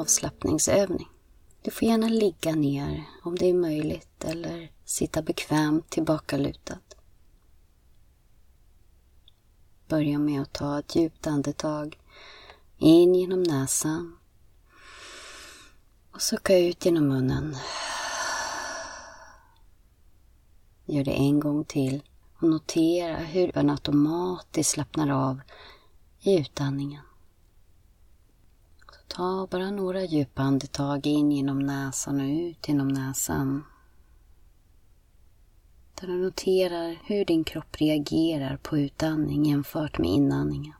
avslappningsövning. Du får gärna ligga ner om det är möjligt eller sitta bekvämt tillbakalutad. Börja med att ta ett djupt andetag in genom näsan och sucka ut genom munnen. Gör det en gång till och notera hur den automatiskt slappnar av i utandningen. Så ta bara några djupa andetag in genom näsan och ut genom näsan. Där du noterar hur din kropp reagerar på utandning jämfört med inandningen.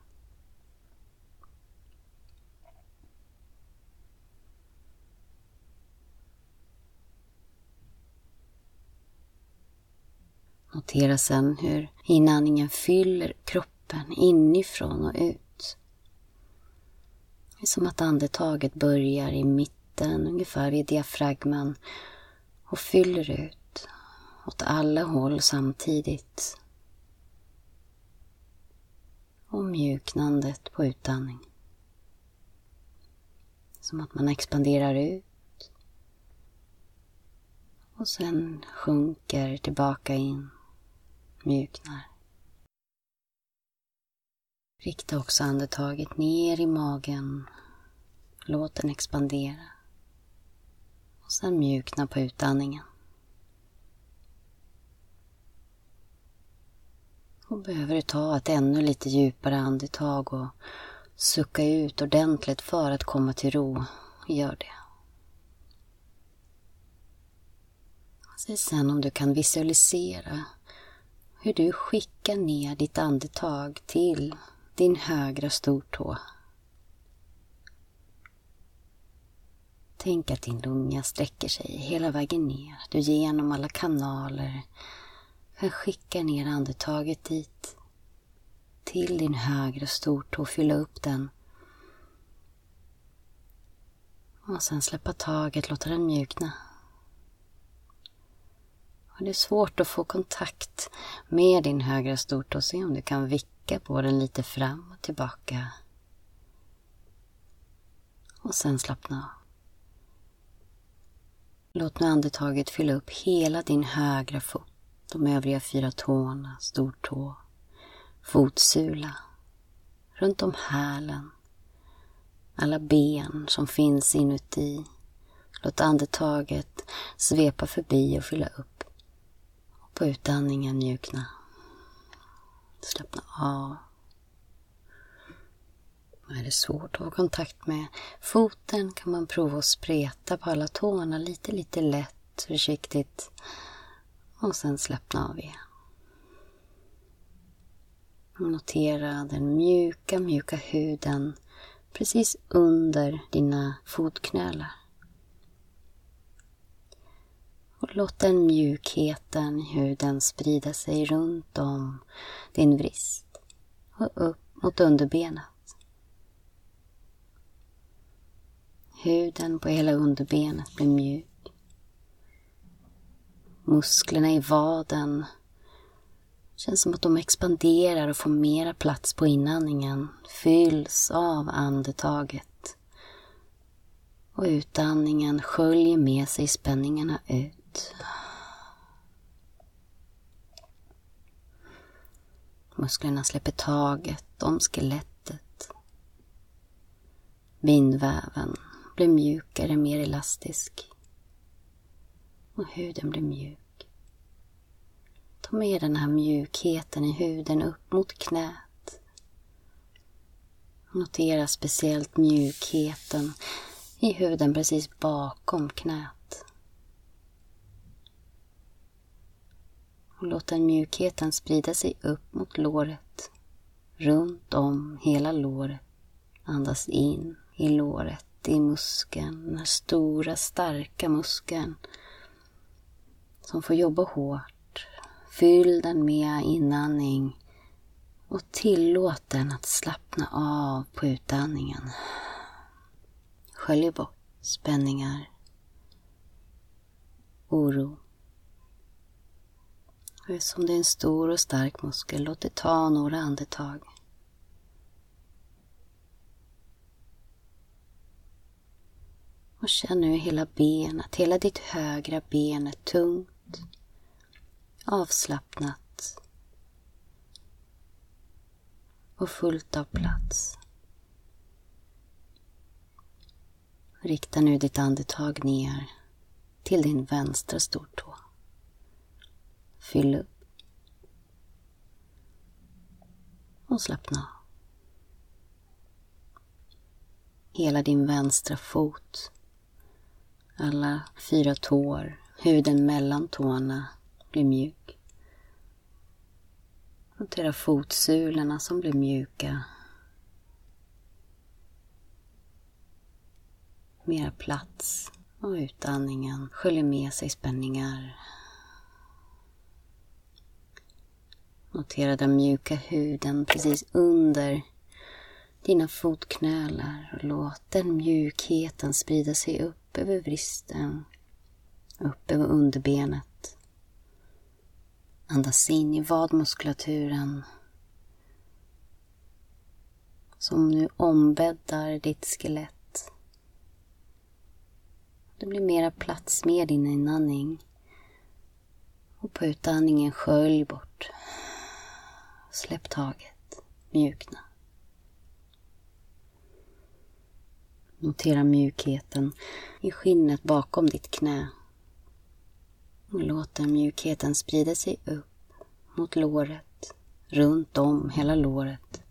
Notera sedan hur inandningen fyller kroppen inifrån och ut. Det är som att andetaget börjar i mitten, ungefär vid diafragman, och fyller ut åt alla håll samtidigt. Och mjuknandet på utandning. Som att man expanderar ut. Och sen sjunker tillbaka in. Mjuknar. Rikta också andetaget ner i magen. Låt den expandera. Och sen mjukna på utandningen. Och behöver du ta ett ännu lite djupare andetag och sucka ut ordentligt för att komma till ro. Gör det. Se sen om du kan visualisera hur du skickar ner ditt andetag till din högra stortå. Tänk att din lunga sträcker sig hela vägen ner. Du genom alla kanaler kan skicka ner andetaget dit. Till din högra stortå, fylla upp den. Och sen släppa taget, låta den mjukna. Och det är svårt att få kontakt med din högra stortå. Se om du kan vicka på den lite fram och tillbaka. Och sen slappna av. Låt nu andetaget fylla upp hela din högra fot. De övriga 4 tårna, stortå, fotsula, runt om hälen, alla ben som finns inuti. Låt andetaget svepa förbi och fylla upp. Och på utandningen mjukna. Slappna av. Är det svårt att få kontakt med foten kan man prova att spreta på alla tårna lite lätt, försiktigt. Och sen slappna av igen. Notera den mjuka huden precis under dina fotknölar. Och låt den mjukheten i huden sprida sig runt om din vrist och upp mot underbenet. Huden på hela underbenet blir mjuk. Musklerna i vaden känns som att de expanderar och får mera plats på inandningen. Fylls av andetaget. Och utandningen sköljer med sig spänningarna ut. Musklerna släpper taget om skelettet. Bindväven blir mjukare, mer elastisk. Och huden blir mjuk. Ta med den här mjukheten i huden upp mot knät. Notera speciellt mjukheten i huden precis bakom knät. Och låt den mjukheten sprida sig upp mot låret. Runt om hela låret. Andas in i låret, i muskeln. Den här stora, starka muskeln. Som får jobba hårt. Fyll den med inandning. Och tillåt den att slappna av på utandningen. Skölj bort spänningar. Oro. Som det är en stor och stark muskel, låt det ta några andetag. Och känn nu hela benet, hela ditt högra ben är tungt, avslappnat och fullt av plats. Rikta nu ditt andetag ner till din vänstra stortå. Fyll upp och slappna av. Hela din vänstra fot, alla 4 tår, huden mellan tårna blir mjuk. Notera fotsulorna som blir mjuka. Mera plats och utandningen sköljer med sig spänningar. Notera den mjuka huden precis under dina fotknölar och låt den mjukheten sprida sig upp över vristen, upp över underbenet. Andas in i vadmuskulaturen som nu ombäddar ditt skelett. Det blir mera plats med din inandning och på utandningen skölj bort. Släpp taget, mjukna. Notera mjukheten i skinnet bakom ditt knä. Och låt den mjukheten sprida sig upp mot låret, runt om hela låret.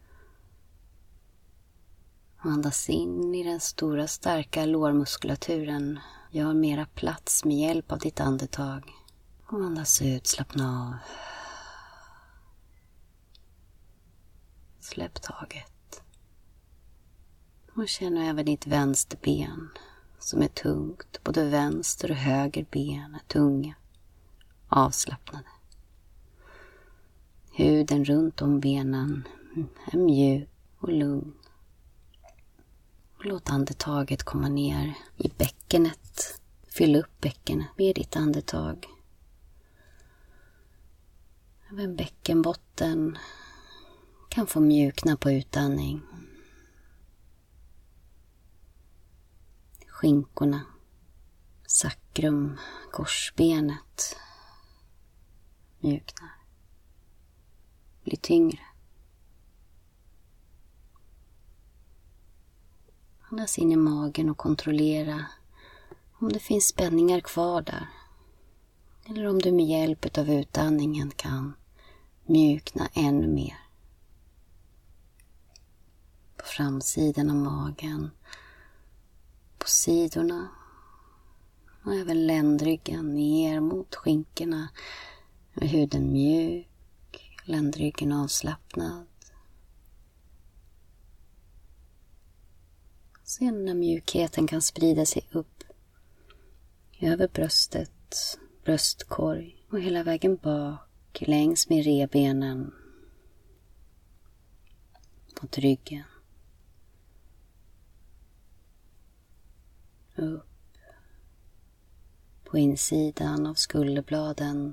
Och andas in i den stora starka lårmuskulaturen. Gör mera plats med hjälp av ditt andetag. Och andas ut, slappna av. Släpp taget. Och känn över ditt vänsterben som är tungt. Både vänster och höger ben är tunga, avslappnade. Huden runt om benen är mjuk och lugn. Låt andetaget komma ner i bäckenet. Fyll upp bäckenet med ditt andetag. Även bäckenbotten kan få mjukna på utandning. Skinkorna, sakrum, korsbenet mjuknar. Blir tyngre. Andas in i magen och kontrollera om det finns spänningar kvar där. Eller om du med hjälp av utandningen kan mjukna ännu mer. På framsidan av magen, på sidorna och även ländryggen ner mot skinkorna. Med huden mjuk, ländryggen avslappnad. Sen när mjukheten kan sprida sig upp över bröstet, bröstkorg och hela vägen bak längs med revbenen mot ryggen. Upp på insidan av skulderbladen.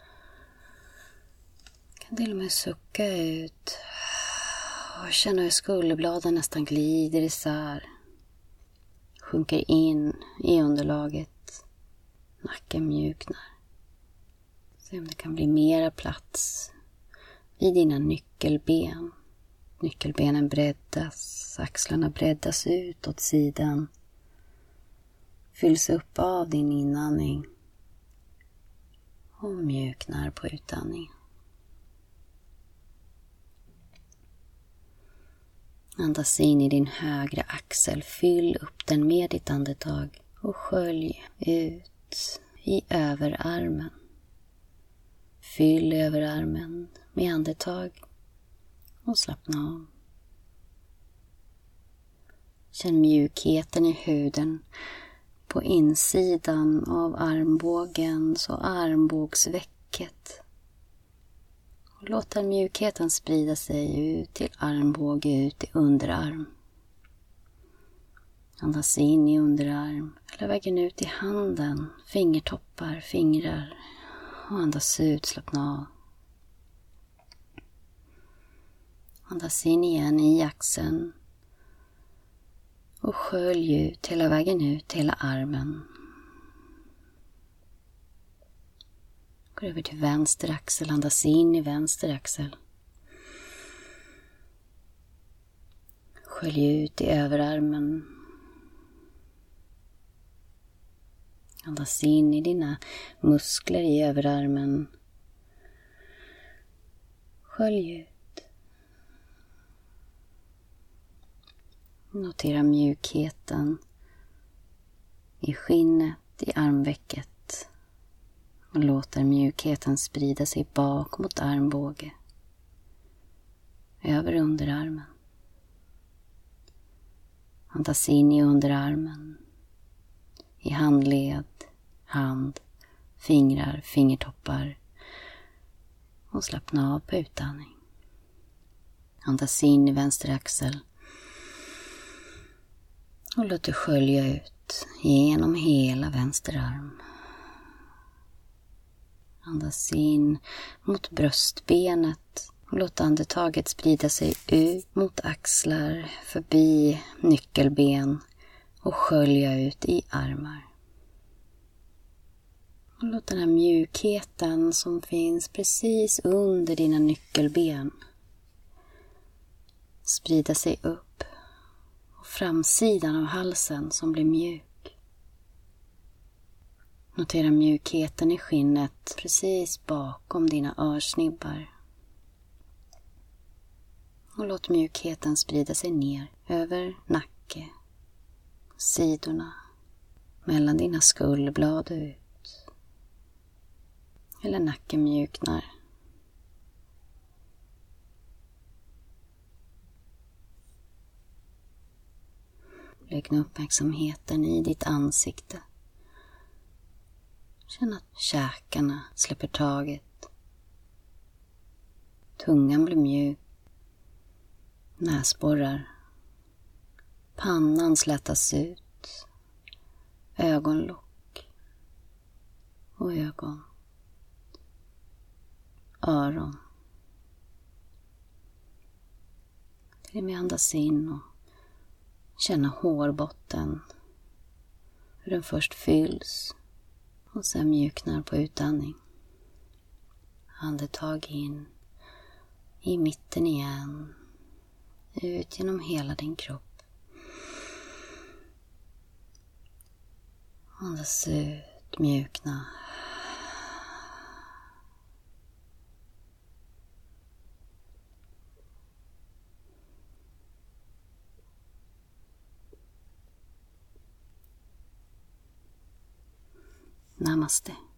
Kan till och med sucka ut och känna hur skulderbladen nästan glider isär. Sjunker in i underlaget. Nacken mjuknar. Se om det kan bli mera plats vid dina nyckelben. Nyckelbenen breddas, axlarna breddas ut åt sidan. Fylls upp av din inandning och mjuknar på utandning. Andas in i din högra axel, fyll upp den med ditt andetag och skölj ut i överarmen. Fyll överarmen med andetag och slappna av. Känn mjukheten i huden på insidan av armbågen och armbågsvecket. Och låt den mjukheten sprida sig ut till armbåge, ut i underarm. Andas in i underarm eller vägen ut i handen, fingertoppar, fingrar. Och andas ut, slappna av. Andas in igen i axeln Och skölj ut hela vägen ut, hela armen. Går över till vänster axel, andas in i vänster axel. Skölj ut i överarmen. Andas in i dina muskler i överarmen. Skölj ut. Notera mjukheten i skinnet, i armvecket. Och låter mjukheten sprida sig bak mot armbåge. Över underarmen. Andas in i underarmen. I handled, hand, fingrar, fingertoppar. Och slappna av på utandning. Andas in i vänster axel. Och låt det skölja ut genom hela vänster arm. Andas in mot bröstbenet. Och låt andetaget sprida sig ut mot axlar, förbi nyckelben och skölja ut i armar. Och låt den här mjukheten som finns precis under dina nyckelben sprida sig upp. Och framsidan av halsen som blir mjuk. Notera mjukheten i skinnet precis bakom dina örsnibbar. Och låt mjukheten sprida sig ner över nacke, sidorna, mellan dina skuldblad och ut. Eller nacken mjuknar. Lägg uppmärksamheten i ditt ansikte. Känn att käkarna släpper taget. Tungan blir mjuk. Näsborrar. Pannan slätas ut. Ögonlock. Och ögon. Öron. Till och med andas in och känna hårbotten. Hur den först fylls och sen mjuknar på utandning. Andetag in i mitten igen. Ut genom hela din kropp. Andas ut, mjukna. Namaste.